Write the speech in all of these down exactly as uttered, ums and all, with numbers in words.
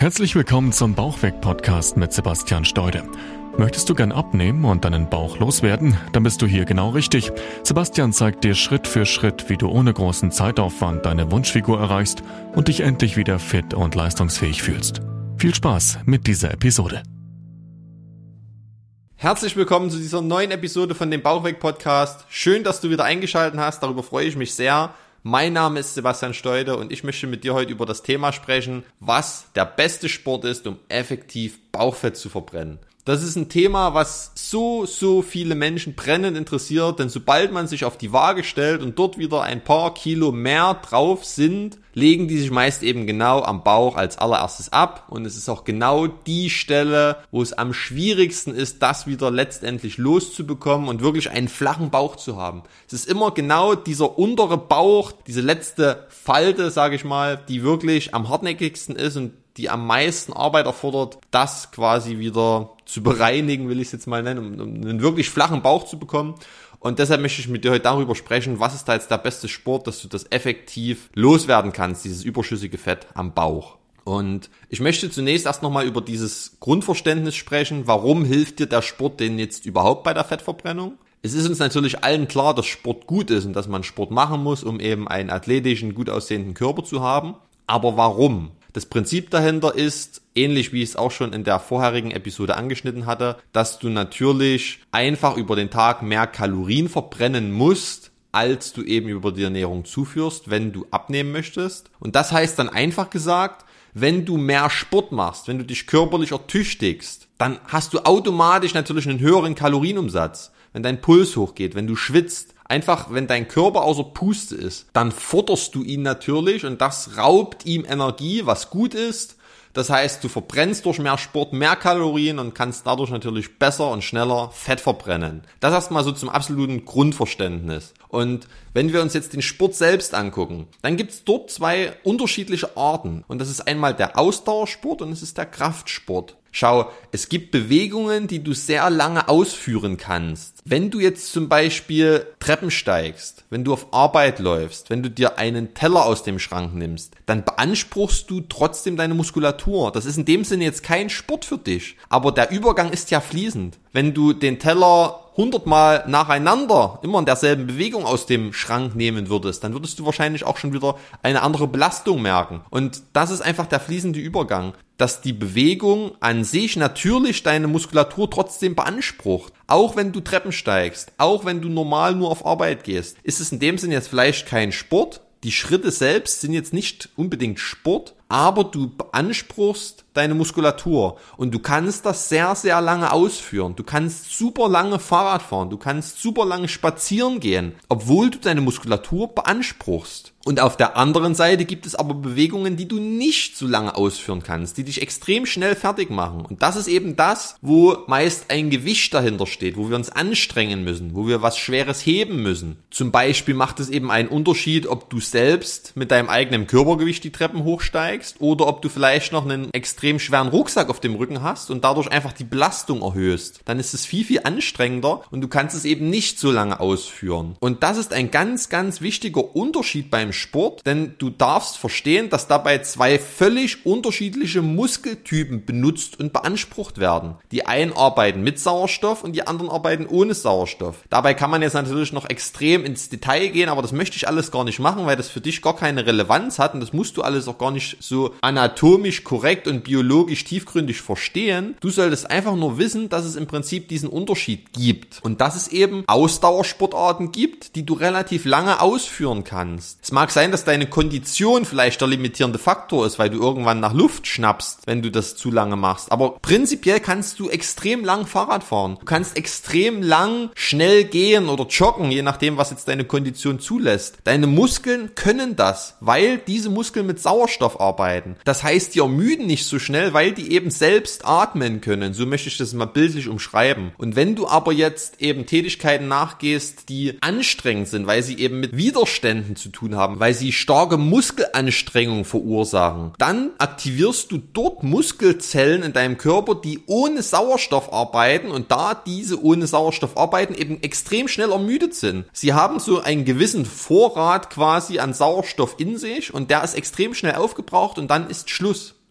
Herzlich willkommen zum Bauchweg-Podcast mit Sebastian Steude. Möchtest du gern abnehmen und deinen Bauch loswerden? Dann bist du hier genau richtig. Sebastian zeigt dir Schritt für Schritt, wie du ohne großen Zeitaufwand deine Wunschfigur erreichst und dich endlich wieder fit und leistungsfähig fühlst. Viel Spaß mit dieser Episode. Herzlich willkommen zu dieser neuen Episode von dem Bauchweg-Podcast. Schön, dass du wieder eingeschaltet hast, darüber freue ich mich sehr. Mein Name ist Sebastian Steude und ich möchte mit dir heute über das Thema sprechen, was der beste Sport ist, um effektiv Bauchfett zu verbrennen. Das ist ein Thema, was so, so viele Menschen brennend interessiert, denn sobald man sich auf die Waage stellt und dort wieder ein paar Kilo mehr drauf sind, legen die sich meist eben genau am Bauch als allererstes ab und es ist auch genau die Stelle, wo es am schwierigsten ist, das wieder letztendlich loszubekommen und wirklich einen flachen Bauch zu haben. Es ist immer genau dieser untere Bauch, diese letzte Falte, sage ich mal, die wirklich am hartnäckigsten ist und die am meisten Arbeit erfordert, das quasi wieder zu bereinigen, will ich es jetzt mal nennen, um, um einen wirklich flachen Bauch zu bekommen. Und deshalb möchte ich mit dir heute darüber sprechen, was ist da jetzt der beste Sport, dass du das effektiv loswerden kannst, dieses überschüssige Fett am Bauch. Und ich möchte zunächst erst nochmal über dieses Grundverständnis sprechen, warum hilft dir der Sport denn jetzt überhaupt bei der Fettverbrennung? Es ist uns natürlich allen klar, dass Sport gut ist und dass man Sport machen muss, um eben einen athletischen, gut aussehenden Körper zu haben. Aber warum? Das Prinzip dahinter ist, ähnlich wie ich es auch schon in der vorherigen Episode angeschnitten hatte, dass du natürlich einfach über den Tag mehr Kalorien verbrennen musst, als du eben über die Ernährung zuführst, wenn du abnehmen möchtest. Und das heißt dann einfach gesagt, wenn du mehr Sport machst, wenn du dich körperlich ertüchtigst, dann hast du automatisch natürlich einen höheren Kalorienumsatz. Wenn dein Puls hochgeht, wenn du schwitzt, einfach wenn dein Körper außer Puste ist, dann futterst du ihn natürlich und das raubt ihm Energie, was gut ist. Das heißt, du verbrennst durch mehr Sport mehr Kalorien und kannst dadurch natürlich besser und schneller Fett verbrennen. Das erstmal so zum absoluten Grundverständnis. Und wenn wir uns jetzt den Sport selbst angucken, dann gibt es dort zwei unterschiedliche Arten. Und das ist einmal der Ausdauersport und es ist der Kraftsport. Schau, es gibt Bewegungen, die du sehr lange ausführen kannst. Wenn du jetzt zum Beispiel Treppen steigst, wenn du auf Arbeit läufst, wenn du dir einen Teller aus dem Schrank nimmst, dann beanspruchst du trotzdem deine Muskulatur. Das ist in dem Sinne jetzt kein Sport für dich, aber der Übergang ist ja fließend. Wenn du den Teller hundertmal nacheinander immer in derselben Bewegung aus dem Schrank nehmen würdest, dann würdest du wahrscheinlich auch schon wieder eine andere Belastung merken. Und das ist einfach der fließende Übergang, dass die Bewegung an sich natürlich deine Muskulatur trotzdem beansprucht. Auch wenn du Treppen steigst, auch wenn du normal nur auf Arbeit gehst, ist es in dem Sinne jetzt vielleicht kein Sport. Die Schritte selbst sind jetzt nicht unbedingt Sport, aber du beanspruchst deine Muskulatur und du kannst das sehr, sehr lange ausführen. Du kannst super lange Fahrrad fahren, du kannst super lange spazieren gehen, obwohl du deine Muskulatur beanspruchst. Und auf der anderen Seite gibt es aber Bewegungen, die du nicht so lange ausführen kannst, die dich extrem schnell fertig machen. Und das ist eben das, wo meist ein Gewicht dahinter steht, wo wir uns anstrengen müssen, wo wir was Schweres heben müssen. Zum Beispiel macht es eben einen Unterschied, ob du selbst mit deinem eigenen Körpergewicht die Treppen hochsteigst oder ob du vielleicht noch einen extrem schweren Rucksack auf dem Rücken hast und dadurch einfach die Belastung erhöhst. Dann ist es viel, viel anstrengender und du kannst es eben nicht so lange ausführen. Und das ist ein ganz, ganz wichtiger Unterschied beim Sport, denn du darfst verstehen, dass dabei zwei völlig unterschiedliche Muskeltypen benutzt und beansprucht werden. Die einen arbeiten mit Sauerstoff und die anderen arbeiten ohne Sauerstoff. Dabei kann man jetzt natürlich noch extrem ins Detail gehen, aber das möchte ich alles gar nicht machen, weil das für dich gar keine Relevanz hat und das musst du alles auch gar nicht so anatomisch korrekt und biologisch tiefgründig verstehen. Du solltest einfach nur wissen, dass es im Prinzip diesen Unterschied gibt und dass es eben Ausdauersportarten gibt, die du relativ lange ausführen kannst. Es mag sein, dass deine Kondition vielleicht der limitierende Faktor ist, weil du irgendwann nach Luft schnappst, wenn du das zu lange machst. Aber prinzipiell kannst du extrem lang Fahrrad fahren. Du kannst extrem lang schnell gehen oder joggen, je nachdem, was jetzt deine Kondition zulässt. Deine Muskeln können das, weil diese Muskeln mit Sauerstoff arbeiten. Das heißt, die ermüden nicht so schnell, weil die eben selbst atmen können. So möchte ich das mal bildlich umschreiben. Und wenn du aber jetzt eben Tätigkeiten nachgehst, die anstrengend sind, weil sie eben mit Widerständen zu tun haben, weil sie starke Muskelanstrengung verursachen, dann aktivierst du dort Muskelzellen in deinem Körper, die ohne Sauerstoff arbeiten und da diese ohne Sauerstoff arbeiten, eben extrem schnell ermüdet sind. Sie haben so einen gewissen Vorrat quasi an Sauerstoff in sich und der ist extrem schnell aufgebraucht und dann ist Schluss.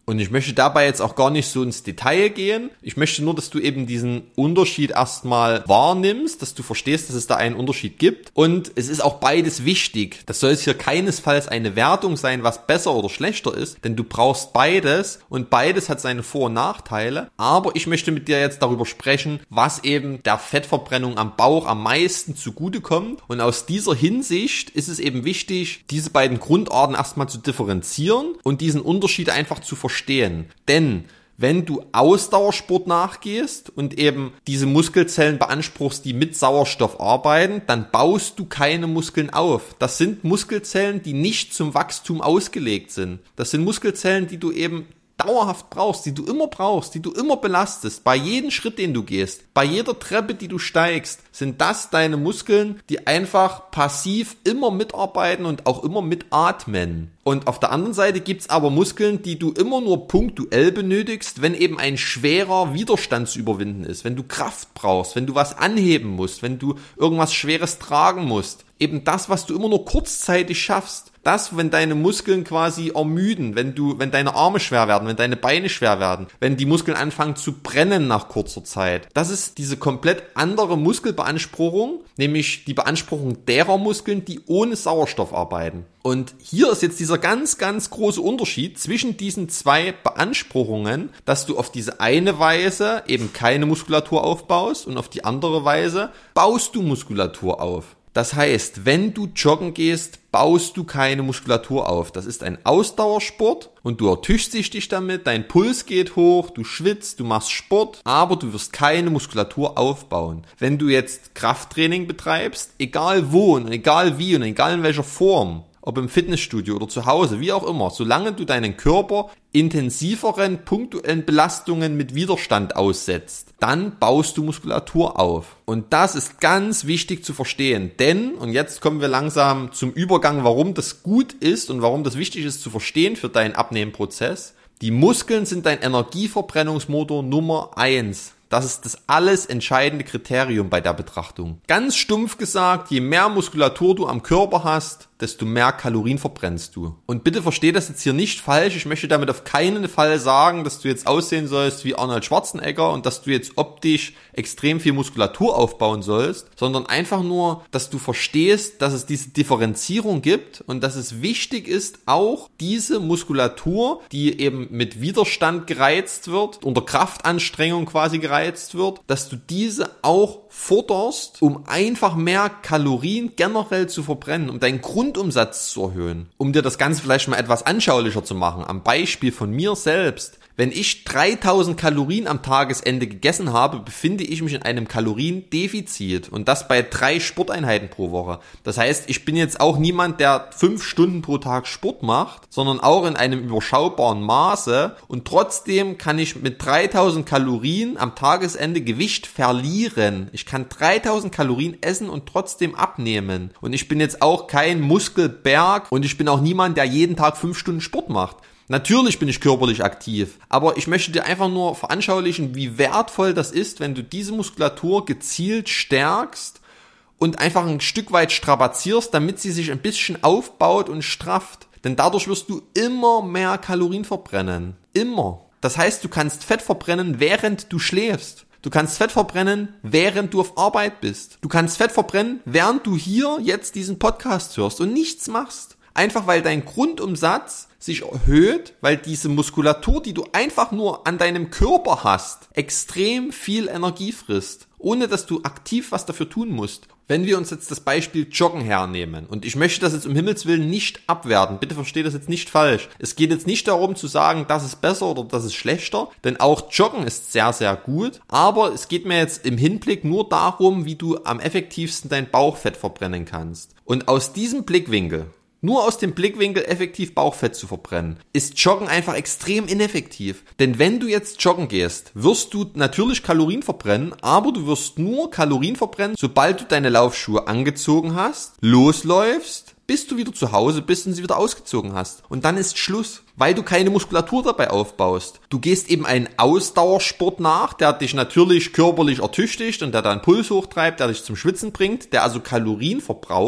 Und ich möchte dabei jetzt auch gar nicht so ins Detail gehen. Ich möchte nur, dass du eben diesen Unterschied erstmal wahrnimmst, dass du verstehst, dass es da einen Unterschied gibt. Und es ist auch beides wichtig. Das soll jetzt hier keinesfalls eine Wertung sein, was besser oder schlechter ist, denn du brauchst beides und beides hat seine Vor- und Nachteile. Aber ich möchte mit dir jetzt darüber sprechen, was eben der Fettverbrennung am Bauch am meisten zugutekommt. Und aus dieser Hinsicht ist es eben wichtig, diese beiden Grundarten erstmal zu differenzieren und diesen Unterschied einfach zu verstehen. Stehen. Denn wenn du Ausdauersport nachgehst und eben diese Muskelzellen beanspruchst, die mit Sauerstoff arbeiten, dann baust du keine Muskeln auf. Das sind Muskelzellen, die nicht zum Wachstum ausgelegt sind. Das sind Muskelzellen, die du eben dauerhaft brauchst, die du immer brauchst, die du immer belastest, bei jedem Schritt, den du gehst, bei jeder Treppe, die du steigst, sind das deine Muskeln, die einfach passiv immer mitarbeiten und auch immer mitatmen. Und auf der anderen Seite gibt's aber Muskeln, die du immer nur punktuell benötigst, wenn eben ein schwerer Widerstand zu überwinden ist, wenn du Kraft brauchst, wenn du was anheben musst, wenn du irgendwas Schweres tragen musst. Eben das, was du immer nur kurzzeitig schaffst. Das, wenn deine Muskeln quasi ermüden, wenn du, wenn deine Arme schwer werden, wenn deine Beine schwer werden, wenn die Muskeln anfangen zu brennen nach kurzer Zeit. Das ist diese komplett andere Muskelbeanspruchung, nämlich die Beanspruchung derer Muskeln, die ohne Sauerstoff arbeiten. Und hier ist jetzt dieser ganz, ganz große Unterschied zwischen diesen zwei Beanspruchungen, dass du auf diese eine Weise eben keine Muskulatur aufbaust und auf die andere Weise baust du Muskulatur auf. Das heißt, wenn du joggen gehst, baust du keine Muskulatur auf. Das ist ein Ausdauersport und du ertüchtigst dich damit, dein Puls geht hoch, du schwitzt, du machst Sport, aber du wirst keine Muskulatur aufbauen. Wenn du jetzt Krafttraining betreibst, egal wo und egal wie und egal in welcher Form, ob im Fitnessstudio oder zu Hause, wie auch immer, solange du deinen Körper intensiveren, punktuellen Belastungen mit Widerstand aussetzt, dann baust du Muskulatur auf. Und das ist ganz wichtig zu verstehen, denn, und jetzt kommen wir langsam zum Übergang, warum das gut ist und warum das wichtig ist zu verstehen für deinen Abnehmprozess, die Muskeln sind dein Energieverbrennungsmotor Nummer eins. Das ist das alles entscheidende Kriterium bei der Betrachtung. Ganz stumpf gesagt, je mehr Muskulatur du am Körper hast, desto mehr Kalorien verbrennst du. Und bitte versteh das jetzt hier nicht falsch. Ich möchte damit auf keinen Fall sagen, dass du jetzt aussehen sollst wie Arnold Schwarzenegger und dass du jetzt optisch extrem viel Muskulatur aufbauen sollst, sondern einfach nur, dass du verstehst, dass es diese Differenzierung gibt und dass es wichtig ist, auch diese Muskulatur, die eben mit Widerstand gereizt wird, unter Kraftanstrengung quasi gereizt wird, dass du diese auch forderst, um einfach mehr Kalorien generell zu verbrennen, um deinen Grundumsatz zu erhöhen. Um dir das Ganze vielleicht mal etwas anschaulicher zu machen, am Beispiel von mir selbst. Wenn ich dreitausend Kalorien am Tagesende gegessen habe, befinde ich mich in einem Kaloriendefizit und das bei drei Sporteinheiten pro Woche. Das heißt, ich bin jetzt auch niemand, der fünf Stunden pro Tag Sport macht, sondern auch in einem überschaubaren Maße und trotzdem kann ich mit dreitausend Kalorien am Tagesende Gewicht verlieren. Ich kann dreitausend Kalorien essen und trotzdem abnehmen. Und ich bin jetzt auch kein Muskelberg und ich bin auch niemand, der jeden Tag fünf Stunden Sport macht. Natürlich bin ich körperlich aktiv, aber ich möchte dir einfach nur veranschaulichen, wie wertvoll das ist, wenn du diese Muskulatur gezielt stärkst und einfach ein Stück weit strapazierst, damit sie sich ein bisschen aufbaut und strafft. Denn dadurch wirst du immer mehr Kalorien verbrennen. Immer. Das heißt, du kannst Fett verbrennen, während du schläfst. Du kannst Fett verbrennen, während du auf Arbeit bist. Du kannst Fett verbrennen, während du hier jetzt diesen Podcast hörst und nichts machst. Einfach weil dein Grundumsatz sich erhöht, weil diese Muskulatur, die du einfach nur an deinem Körper hast, extrem viel Energie frisst, ohne dass du aktiv was dafür tun musst. Wenn wir uns jetzt das Beispiel Joggen hernehmen, und ich möchte das jetzt um Himmels Willen nicht abwerten, bitte versteh das jetzt nicht falsch. Es geht jetzt nicht darum zu sagen, das ist besser oder das ist schlechter, denn auch Joggen ist sehr, sehr gut, aber es geht mir jetzt im Hinblick nur darum, wie du am effektivsten dein Bauchfett verbrennen kannst. Und aus diesem Blickwinkel, nur aus dem Blickwinkel effektiv Bauchfett zu verbrennen, ist Joggen einfach extrem ineffektiv. Denn wenn du jetzt joggen gehst, wirst du natürlich Kalorien verbrennen, aber du wirst nur Kalorien verbrennen, sobald du deine Laufschuhe angezogen hast, losläufst, bis du wieder zu Hause bist und sie wieder ausgezogen hast. Und dann ist Schluss, weil du keine Muskulatur dabei aufbaust. Du gehst eben einen Ausdauersport nach, der dich natürlich körperlich ertüchtigt und der deinen Puls hochtreibt, der dich zum Schwitzen bringt, der also Kalorien verbraucht.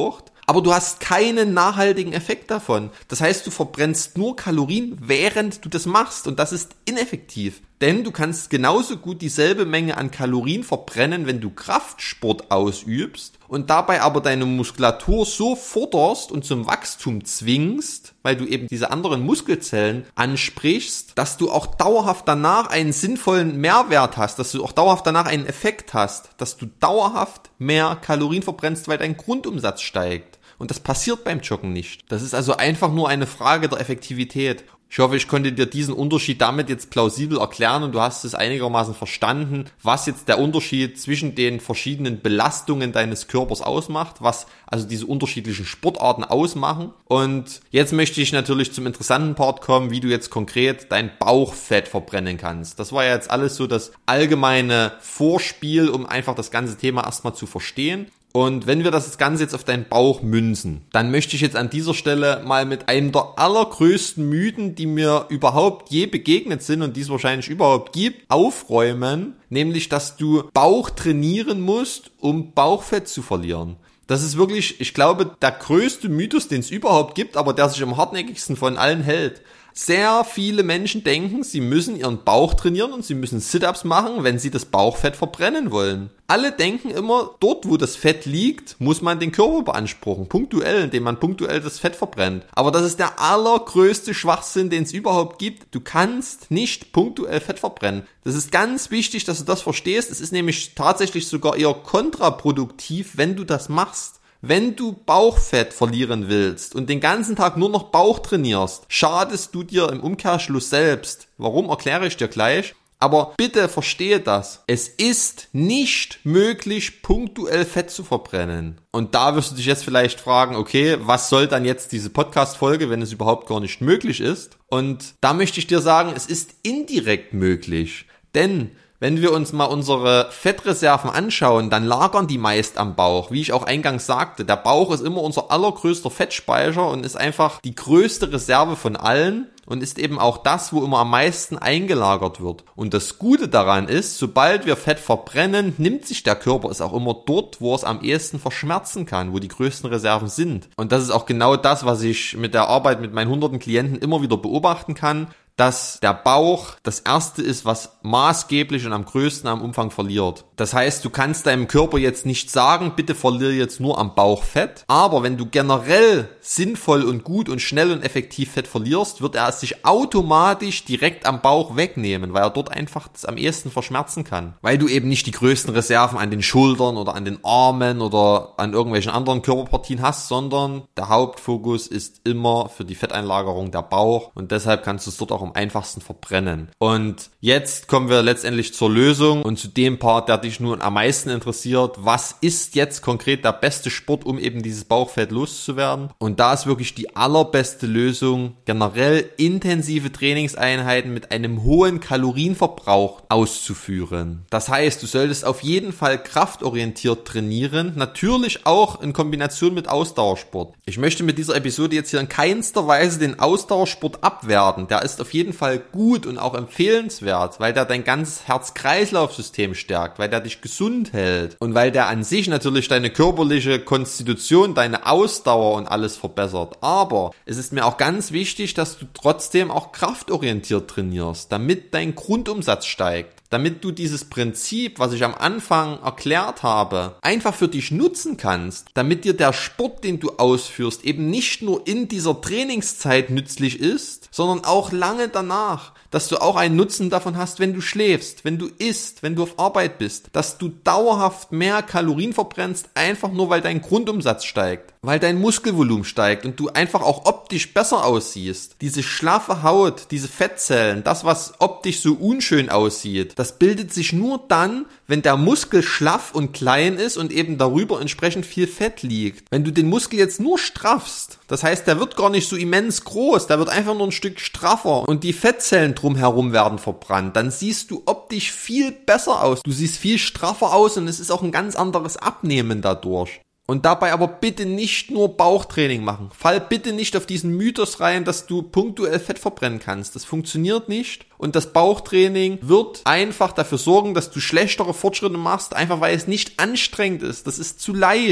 aber du hast keinen nachhaltigen Effekt davon. Das heißt, du verbrennst nur Kalorien, während du das machst und das ist ineffektiv. Denn du kannst genauso gut dieselbe Menge an Kalorien verbrennen, wenn du Kraftsport ausübst und dabei aber deine Muskulatur so forderst und zum Wachstum zwingst, weil du eben diese anderen Muskelzellen ansprichst, dass du auch dauerhaft danach einen sinnvollen Mehrwert hast, dass du auch dauerhaft danach einen Effekt hast, dass du dauerhaft mehr Kalorien verbrennst, weil dein Grundumsatz steigt. Und das passiert beim Joggen nicht. Das ist also einfach nur eine Frage der Effektivität. Ich hoffe, ich konnte dir diesen Unterschied damit jetzt plausibel erklären und du hast es einigermaßen verstanden, was jetzt der Unterschied zwischen den verschiedenen Belastungen deines Körpers ausmacht, was also diese unterschiedlichen Sportarten ausmachen. Und jetzt möchte ich natürlich zum interessanten Part kommen, wie du jetzt konkret dein Bauchfett verbrennen kannst. Das war ja jetzt alles so das allgemeine Vorspiel, um einfach das ganze Thema erstmal zu verstehen. Und wenn wir das Ganze jetzt auf deinen Bauch münzen, dann möchte ich jetzt an dieser Stelle mal mit einem der allergrößten Mythen, die mir überhaupt je begegnet sind und die es wahrscheinlich überhaupt gibt, aufräumen, nämlich, dass du Bauch trainieren musst, um Bauchfett zu verlieren. Das ist wirklich, ich glaube, der größte Mythos, den es überhaupt gibt, aber der sich am hartnäckigsten von allen hält. Sehr viele Menschen denken, sie müssen ihren Bauch trainieren und sie müssen Sit-Ups machen, wenn sie das Bauchfett verbrennen wollen. Alle denken immer, dort wo das Fett liegt, muss man den Körper beanspruchen, punktuell, indem man punktuell das Fett verbrennt. Aber das ist der allergrößte Schwachsinn, den es überhaupt gibt. Du kannst nicht punktuell Fett verbrennen. Das ist ganz wichtig, dass du das verstehst. Es ist nämlich tatsächlich sogar eher kontraproduktiv, wenn du das machst. Wenn du Bauchfett verlieren willst und den ganzen Tag nur noch Bauch trainierst, schadest du dir im Umkehrschluss selbst. Warum, erkläre ich dir gleich. Aber bitte verstehe das. Es ist nicht möglich, punktuell Fett zu verbrennen. Und da wirst du dich jetzt vielleicht fragen, okay, was soll dann jetzt diese Podcast-Folge, wenn es überhaupt gar nicht möglich ist? Und da möchte ich dir sagen, es ist indirekt möglich. Denn wenn wir uns mal unsere Fettreserven anschauen, dann lagern die meist am Bauch. Wie ich auch eingangs sagte, der Bauch ist immer unser allergrößter Fettspeicher und ist einfach die größte Reserve von allen und ist eben auch das, wo immer am meisten eingelagert wird. Und das Gute daran ist, sobald wir Fett verbrennen, nimmt sich der Körper es auch immer dort, wo es am ehesten verschmerzen kann, wo die größten Reserven sind. Und das ist auch genau das, was ich mit der Arbeit mit meinen hunderten Klienten immer wieder beobachten kann, dass der Bauch das erste ist, was maßgeblich und am größten am Umfang verliert. Das heißt, du kannst deinem Körper jetzt nicht sagen, bitte verliere jetzt nur am Bauch Fett, aber wenn du generell sinnvoll und gut und schnell und effektiv Fett verlierst, wird er es sich automatisch direkt am Bauch wegnehmen, weil er dort einfach das am ehesten verschmerzen kann. Weil du eben nicht die größten Reserven an den Schultern oder an den Armen oder an irgendwelchen anderen Körperpartien hast, sondern der Hauptfokus ist immer für die Fetteinlagerung der Bauch und deshalb kannst du es dort auch am einfachsten verbrennen. Und jetzt kommen wir letztendlich zur Lösung und zu dem Part, der dich nun am meisten interessiert. Was ist jetzt konkret der beste Sport, um eben dieses Bauchfett loszuwerden? Und da ist wirklich die allerbeste Lösung, generell intensive Trainingseinheiten mit einem hohen Kalorienverbrauch auszuführen. Das heißt, du solltest auf jeden Fall kraftorientiert trainieren, natürlich auch in Kombination mit Ausdauersport. Ich möchte mit dieser Episode jetzt hier in keinster Weise den Ausdauersport abwerten. Der ist auf jeden Fall gut und auch empfehlenswert, weil der dein ganzes Herz-Kreislauf-System stärkt, weil der dich gesund hält und weil der an sich natürlich deine körperliche Konstitution, deine Ausdauer und alles verbessert. Aber es ist mir auch ganz wichtig, dass du trotzdem auch kraftorientiert trainierst, damit dein Grundumsatz steigt. Damit du dieses Prinzip, was ich am Anfang erklärt habe, einfach für dich nutzen kannst, damit dir der Sport, den du ausführst, eben nicht nur in dieser Trainingszeit nützlich ist, sondern auch lange danach, dass du auch einen Nutzen davon hast, wenn du schläfst, wenn du isst, wenn du auf Arbeit bist, dass du dauerhaft mehr Kalorien verbrennst, einfach nur weil dein Grundumsatz steigt, weil dein Muskelvolumen steigt und du einfach auch optisch besser aussiehst. Diese schlaffe Haut, diese Fettzellen, das, was optisch so unschön aussieht, das bildet sich nur dann, wenn der Muskel schlaff und klein ist und eben darüber entsprechend viel Fett liegt. Wenn du den Muskel jetzt nur straffst, das heißt, der wird gar nicht so immens groß, der wird einfach nur ein Stück straffer und die Fettzellen drumherum werden verbrannt, dann siehst du optisch viel besser aus. Du siehst viel straffer aus und es ist auch ein ganz anderes Abnehmen dadurch. Und dabei aber bitte nicht nur Bauchtraining machen. Fall bitte nicht auf diesen Mythos rein, dass du punktuell Fett verbrennen kannst. Das funktioniert nicht. Und das Bauchtraining wird einfach dafür sorgen, dass du schlechtere Fortschritte machst, einfach weil es nicht anstrengend ist. Das ist zu leicht.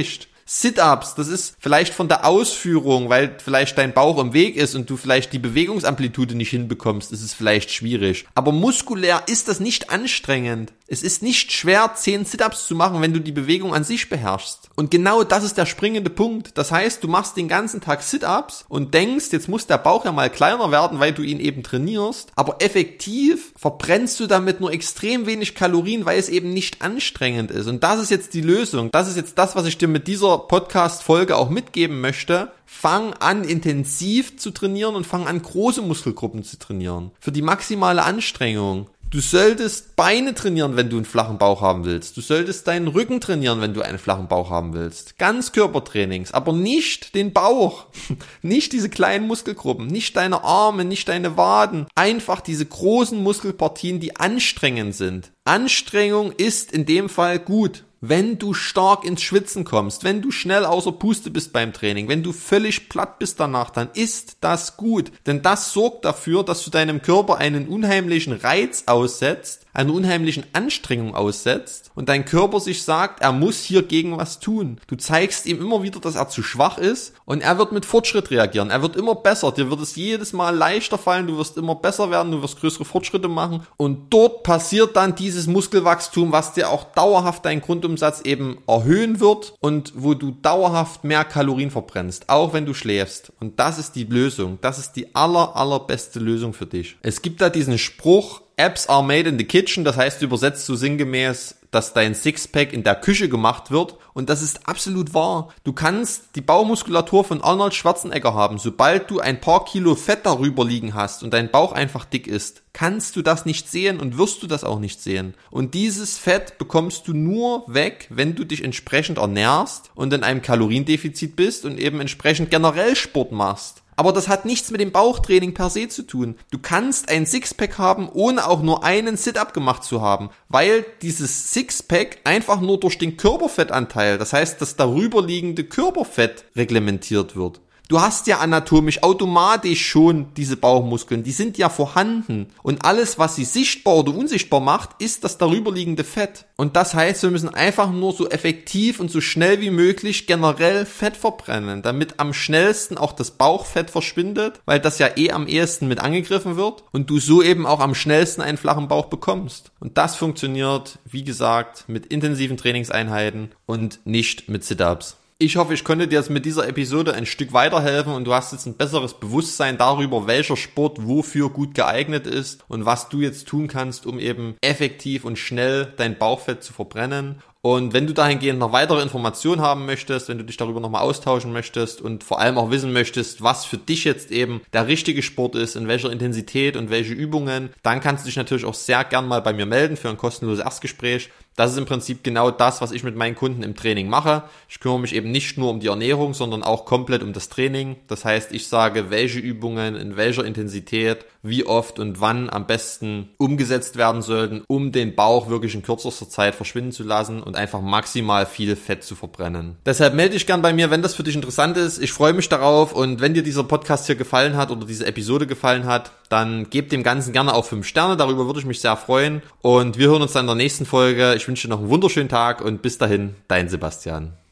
Sit-Ups, das ist vielleicht von der Ausführung, weil vielleicht dein Bauch im Weg ist und du vielleicht die Bewegungsamplitude nicht hinbekommst, ist es vielleicht schwierig. Aber muskulär ist das nicht anstrengend. Es ist nicht schwer, zehn Sit-Ups zu machen, wenn du die Bewegung an sich beherrschst. Und genau das ist der springende Punkt. Das heißt, du machst den ganzen Tag Sit-Ups und denkst, jetzt muss der Bauch ja mal kleiner werden, weil du ihn eben trainierst. Aber effektiv verbrennst du damit nur extrem wenig Kalorien, weil es eben nicht anstrengend ist. Und das ist jetzt die Lösung. Das ist jetzt das, was ich dir mit dieser Podcast-Folge auch mitgeben möchte. Fang an, intensiv zu trainieren und fang an, große Muskelgruppen zu trainieren. Für die maximale Anstrengung. Du solltest Beine trainieren, wenn du einen flachen Bauch haben willst. Du solltest deinen Rücken trainieren, wenn du einen flachen Bauch haben willst. Ganzkörpertrainings, aber nicht den Bauch. Nicht diese kleinen Muskelgruppen, nicht deine Arme, nicht deine Waden. Einfach diese großen Muskelpartien, die anstrengend sind. Anstrengung ist in dem Fall gut. Wenn du stark ins Schwitzen kommst, wenn du schnell außer Puste bist beim Training, wenn du völlig platt bist danach, dann ist das gut. Denn das sorgt dafür, dass du deinem Körper einen unheimlichen Reiz aussetzt, einer unheimlichen Anstrengung aussetzt und dein Körper sich sagt, er muss hier gegen was tun. Du zeigst ihm immer wieder, dass er zu schwach ist und er wird mit Fortschritt reagieren. Er wird immer besser. Dir wird es jedes Mal leichter fallen. Du wirst immer besser werden. Du wirst größere Fortschritte machen und dort passiert dann dieses Muskelwachstum, was dir auch dauerhaft deinen Grundumsatz eben erhöhen wird und wo du dauerhaft mehr Kalorien verbrennst, auch wenn du schläfst. Und das ist die Lösung. Das ist die aller, allerbeste Lösung für dich. Es gibt da diesen Spruch, Abs are made in the kitchen, das heißt übersetzt so sinngemäß, dass dein Sixpack in der Küche gemacht wird und das ist absolut wahr. Du kannst die Bauchmuskulatur von Arnold Schwarzenegger haben, sobald du ein paar Kilo Fett darüber liegen hast und dein Bauch einfach dick ist, kannst du das nicht sehen und wirst du das auch nicht sehen. Und dieses Fett bekommst du nur weg, wenn du dich entsprechend ernährst und in einem Kaloriendefizit bist und eben entsprechend generell Sport machst. Aber das hat nichts mit dem Bauchtraining per se zu tun. Du kannst ein Sixpack haben, ohne auch nur einen Sit-Up gemacht zu haben, weil dieses Sixpack einfach nur durch den Körperfettanteil, das heißt das darüberliegende Körperfett reglementiert wird. Du hast ja anatomisch automatisch schon diese Bauchmuskeln, die sind ja vorhanden. Und alles, was sie sichtbar oder unsichtbar macht, ist das darüberliegende Fett. Und das heißt, wir müssen einfach nur so effektiv und so schnell wie möglich generell Fett verbrennen, damit am schnellsten auch das Bauchfett verschwindet, weil das ja eh am ehesten mit angegriffen wird und du so eben auch am schnellsten einen flachen Bauch bekommst. Und das funktioniert, wie gesagt, mit intensiven Trainingseinheiten und nicht mit Sit-Ups. Ich hoffe, ich konnte dir jetzt mit dieser Episode ein Stück weiterhelfen und du hast jetzt ein besseres Bewusstsein darüber, welcher Sport wofür gut geeignet ist und was du jetzt tun kannst, um eben effektiv und schnell dein Bauchfett zu verbrennen. Und wenn du dahingehend noch weitere Informationen haben möchtest, wenn du dich darüber nochmal austauschen möchtest und vor allem auch wissen möchtest, was für dich jetzt eben der richtige Sport ist, in welcher Intensität und welche Übungen, dann kannst du dich natürlich auch sehr gern mal bei mir melden für ein kostenloses Erstgespräch. Das ist im Prinzip genau das, was ich mit meinen Kunden im Training mache. Ich kümmere mich eben nicht nur um die Ernährung, sondern auch komplett um das Training. Das heißt, ich sage, welche Übungen, in welcher Intensität, wie oft und wann am besten umgesetzt werden sollten, um den Bauch wirklich in kürzester Zeit verschwinden zu lassen und einfach maximal viel Fett zu verbrennen. Deshalb melde dich gern bei mir, wenn das für dich interessant ist. Ich freue mich darauf und wenn dir dieser Podcast hier gefallen hat oder diese Episode gefallen hat, dann gib dem Ganzen gerne auch fünf Sterne. Darüber würde ich mich sehr freuen und wir hören uns dann in der nächsten Folge. Ich wünsche dir noch einen wunderschönen Tag und bis dahin, dein Sebastian.